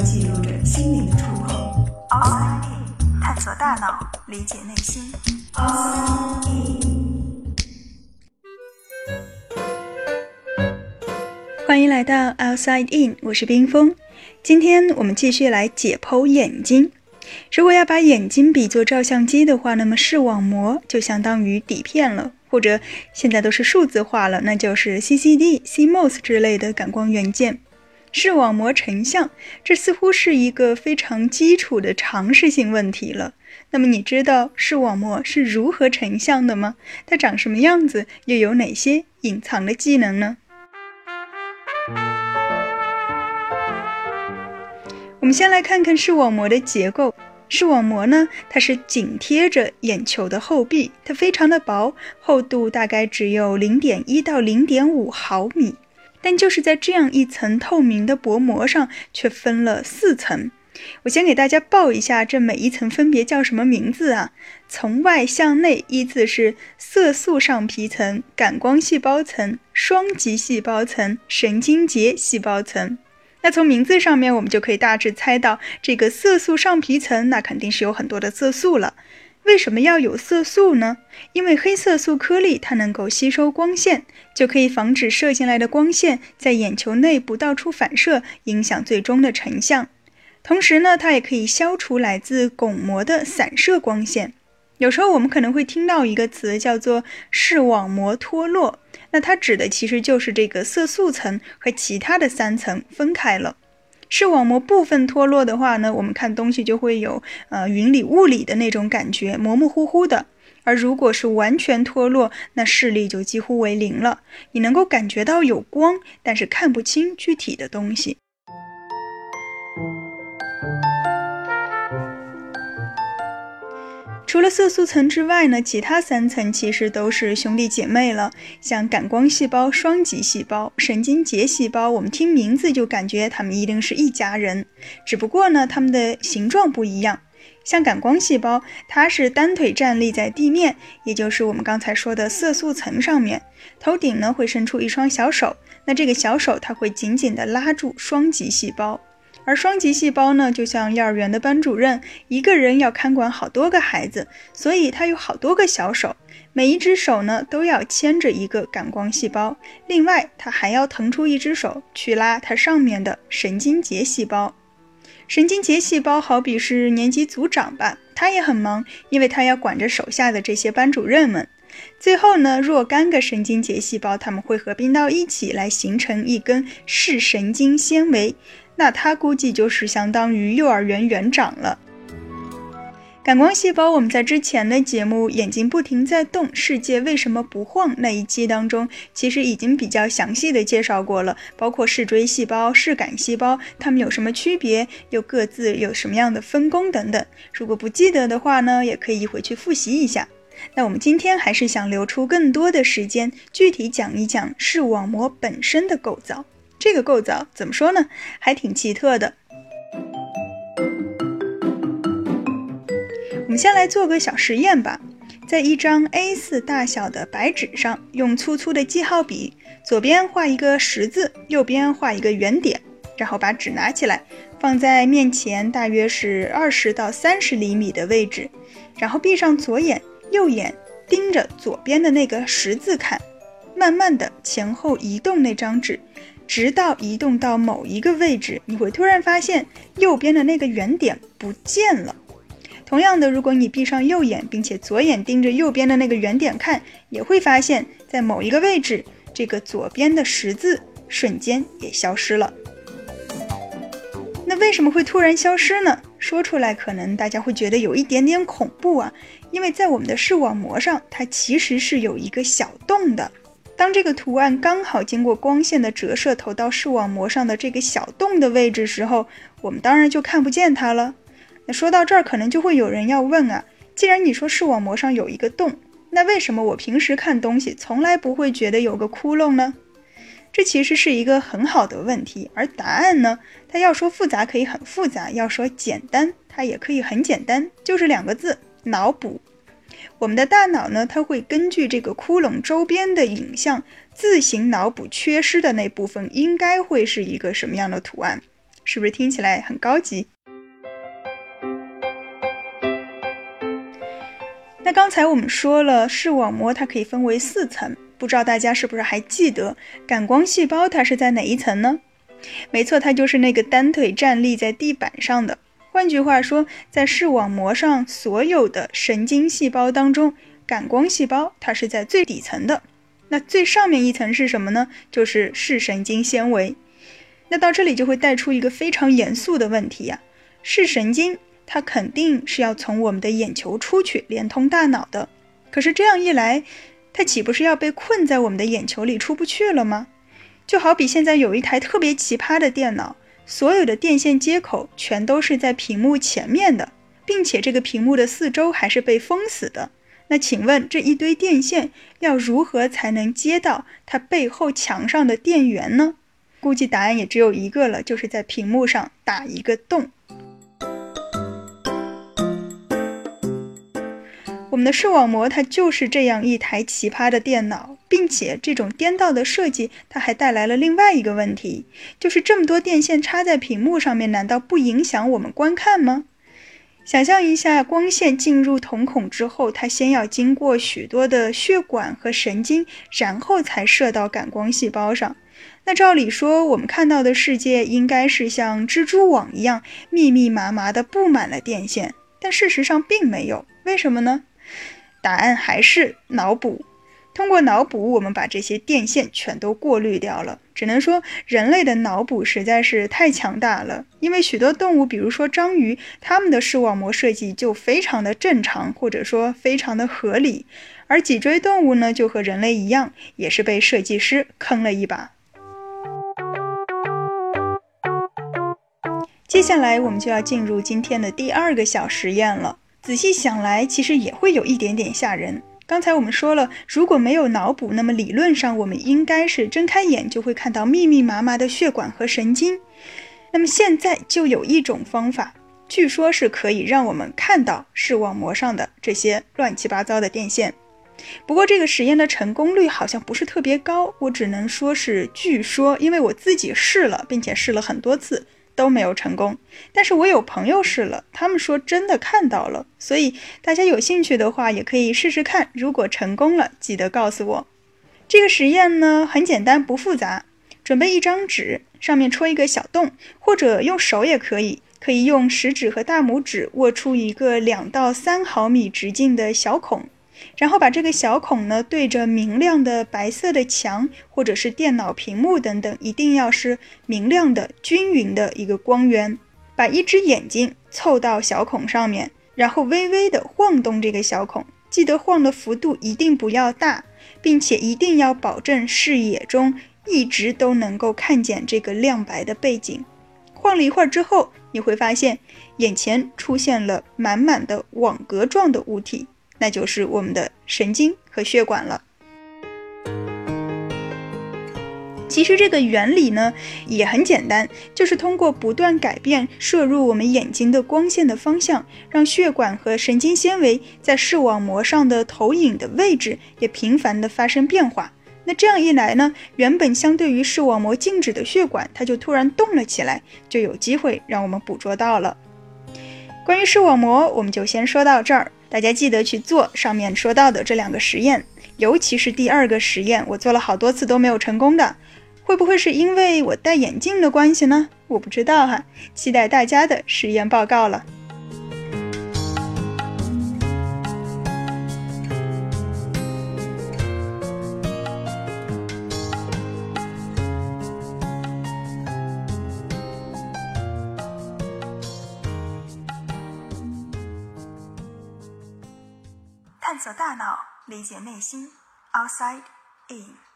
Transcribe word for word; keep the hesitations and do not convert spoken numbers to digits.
记录着心灵的触碰。Outside In， 探索大脑，理解内心。Outside In， 欢迎来到 Outside In， 我是冰峰。今天我们继续来解剖眼睛。如果要把眼睛比作照相机的话，那么视网膜就相当于底片了，或者现在都是数字化了，那就是 C C D、C M O S 之类的感光元件。视网膜成像，这似乎是一个非常基础的常识性问题了。那么你知道视网膜是如何成像的吗？它长什么样子，又有哪些隐藏的技能呢？我们先来看看视网膜的结构。视网膜呢，它是紧贴着眼球的后壁，它非常的薄，厚度大概只有 零点一到零点五毫米。但就是在这样一层透明的薄膜上，却分了四层。我先给大家报一下，这每一层分别叫什么名字啊？从外向内依次是色素上皮层、感光细胞层、双极细胞层、神经节细胞层。那从名字上面我们就可以大致猜到，这个色素上皮层那肯定是有很多的色素了。为什么要有色素呢？因为黑色素颗粒它能够吸收光线，就可以防止射进来的光线在眼球内部到处反射，影响最终的成像。同时呢，它也可以消除来自巩膜的散射光线。有时候我们可能会听到一个词叫做视网膜脱落，那它指的其实就是这个色素层和其他的三层分开了。视网膜部分脱落的话呢，我们看东西就会有呃云里雾里的那种感觉，模模糊糊的。而如果是完全脱落，那视力就几乎为零了。你能够感觉到有光，但是看不清具体的东西。除了色素层之外呢，其他三层其实都是兄弟姐妹了。像感光细胞、双极细胞、神经节细胞，我们听名字就感觉它们一定是一家人。只不过呢，它们的形状不一样。像感光细胞，它是单腿站立在地面，也就是我们刚才说的色素层上面。头顶呢会伸出一双小手，那这个小手它会紧紧地拉住双极细胞。而双极细胞呢，就像幼儿园的班主任，一个人要看管好多个孩子，所以他有好多个小手，每一只手呢都要牵着一个感光细胞，另外他还要腾出一只手去拉它上面的神经节细胞。神经节细胞好比是年级组长吧，他也很忙，因为他要管着手下的这些班主任们。最后呢，若干个神经节细胞它们会合并到一起，来形成一根视神经纤维，那它估计就是相当于幼儿园园长了。感光细胞我们在之前的节目眼睛不停在动，世界为什么不晃那一期当中，其实已经比较详细的介绍过了，包括视锥细胞、视杆细胞，它们有什么区别，又各自有什么样的分工等等。如果不记得的话呢，也可以回去复习一下。那我们今天还是想留出更多的时间，具体讲一讲视网膜本身的构造。这个构造怎么说呢？还挺奇特的。我们先来做个小实验吧。在一张 A 四 大小的白纸上，用粗粗的记号笔，左边画一个十字，右边画一个圆点，然后把纸拿起来，放在面前大约是二十到三十厘米的位置，然后闭上左眼，右眼盯着左边的那个十字看，慢慢的前后移动那张纸，直到移动到某一个位置，你会突然发现右边的那个圆点不见了。同样的，如果你闭上右眼，并且左眼盯着右边的那个圆点看，也会发现在某一个位置，这个左边的十字瞬间也消失了。那为什么会突然消失呢？说出来可能大家会觉得有一点点恐怖啊，因为在我们的视网膜上，它其实是有一个小洞的。当这个图案刚好经过光线的折射投到视网膜上的这个小洞的位置时候，我们当然就看不见它了。那说到这儿，可能就会有人要问啊，既然你说视网膜上有一个洞，那为什么我平时看东西从来不会觉得有个窟窿呢？这其实是一个很好的问题，而答案呢，它要说复杂可以很复杂，要说简单它也可以很简单，就是两个字，脑补。我们的大脑呢，它会根据这个窟窿周边的影像自行脑补缺失的那部分应该会是一个什么样的图案。 是不是听起来很高级？那刚才我们说了，视网膜它可以分为四层，不知道大家是不是还记得感光细胞它是在哪一层呢？没错，它就是那个单腿站立在地板上的。换句话说，在视网膜上所有的神经细胞当中，感光细胞它是在最底层的。那最上面一层是什么呢？就是视神经纤维。那到这里就会带出一个非常严肃的问题呀、啊，视神经它肯定是要从我们的眼球出去，连通大脑的。可是这样一来，它岂不是要被困在我们的眼球里出不去了吗？就好比现在有一台特别奇葩的电脑，所有的电线接口全都是在屏幕前面的，并且这个屏幕的四周还是被封死的。那请问这一堆电线要如何才能接到它背后墙上的电源呢？估计答案也只有一个了，就是在屏幕上打一个洞。我们的视网膜它就是这样一台奇葩的电脑，并且这种颠倒的设计它还带来了另外一个问题，就是这么多电线插在屏幕上面，难道不影响我们观看吗？想象一下，光线进入瞳孔之后，它先要经过许多的血管和神经，然后才射到感光细胞上。那照理说，我们看到的世界应该是像蜘蛛网一样密密麻麻地布满了电线，但事实上并没有。为什么呢？答案还是脑补。通过脑补，我们把这些电线全都过滤掉了。只能说人类的脑补实在是太强大了，因为许多动物，比如说章鱼，它们的视网膜设计就非常的正常，或者说非常的合理。而脊椎动物呢，就和人类一样，也是被设计师坑了一把。接下来我们就要进入今天的第二个小实验了。仔细想来，其实也会有一点点吓人。刚才我们说了，如果没有脑补，那么理论上我们应该是睁开眼就会看到密密麻麻的血管和神经。那么现在就有一种方法，据说是可以让我们看到视网膜上的这些乱七八糟的电线。不过这个实验的成功率好像不是特别高，我只能说是据说，因为我自己试了，并且试了很多次都没有成功，但是我有朋友试了，他们说真的看到了，所以大家有兴趣的话也可以试试看，如果成功了记得告诉我。这个实验呢很简单不复杂，准备一张纸，上面戳一个小洞，或者用手也可以，可以用食指和大拇指握出一个两到三毫米直径的小孔，然后把这个小孔呢对着明亮的白色的墙或者是电脑屏幕等等，一定要是明亮的均匀的一个光源，把一只眼睛凑到小孔上面，然后微微的晃动这个小孔，记得晃的幅度一定不要大，并且一定要保证视野中一直都能够看见这个亮白的背景。晃了一会儿之后，你会发现眼前出现了满满的网格状的物体，那就是我们的神经和血管了。其实这个原理呢也很简单，就是通过不断改变射入我们眼睛的光线的方向，让血管和神经纤维在视网膜上的投影的位置也频繁地发生变化。那这样一来呢，原本相对于视网膜静止的血管，它就突然动了起来，就有机会让我们捕捉到了。关于视网膜我们就先说到这儿，大家记得去做上面说到的这两个实验，尤其是第二个实验，我做了好多次都没有成功的。会不会是因为我戴眼镜的关系呢？我不知道哈，期待大家的实验报告了。探索大脑，理解内心 ，Outside In。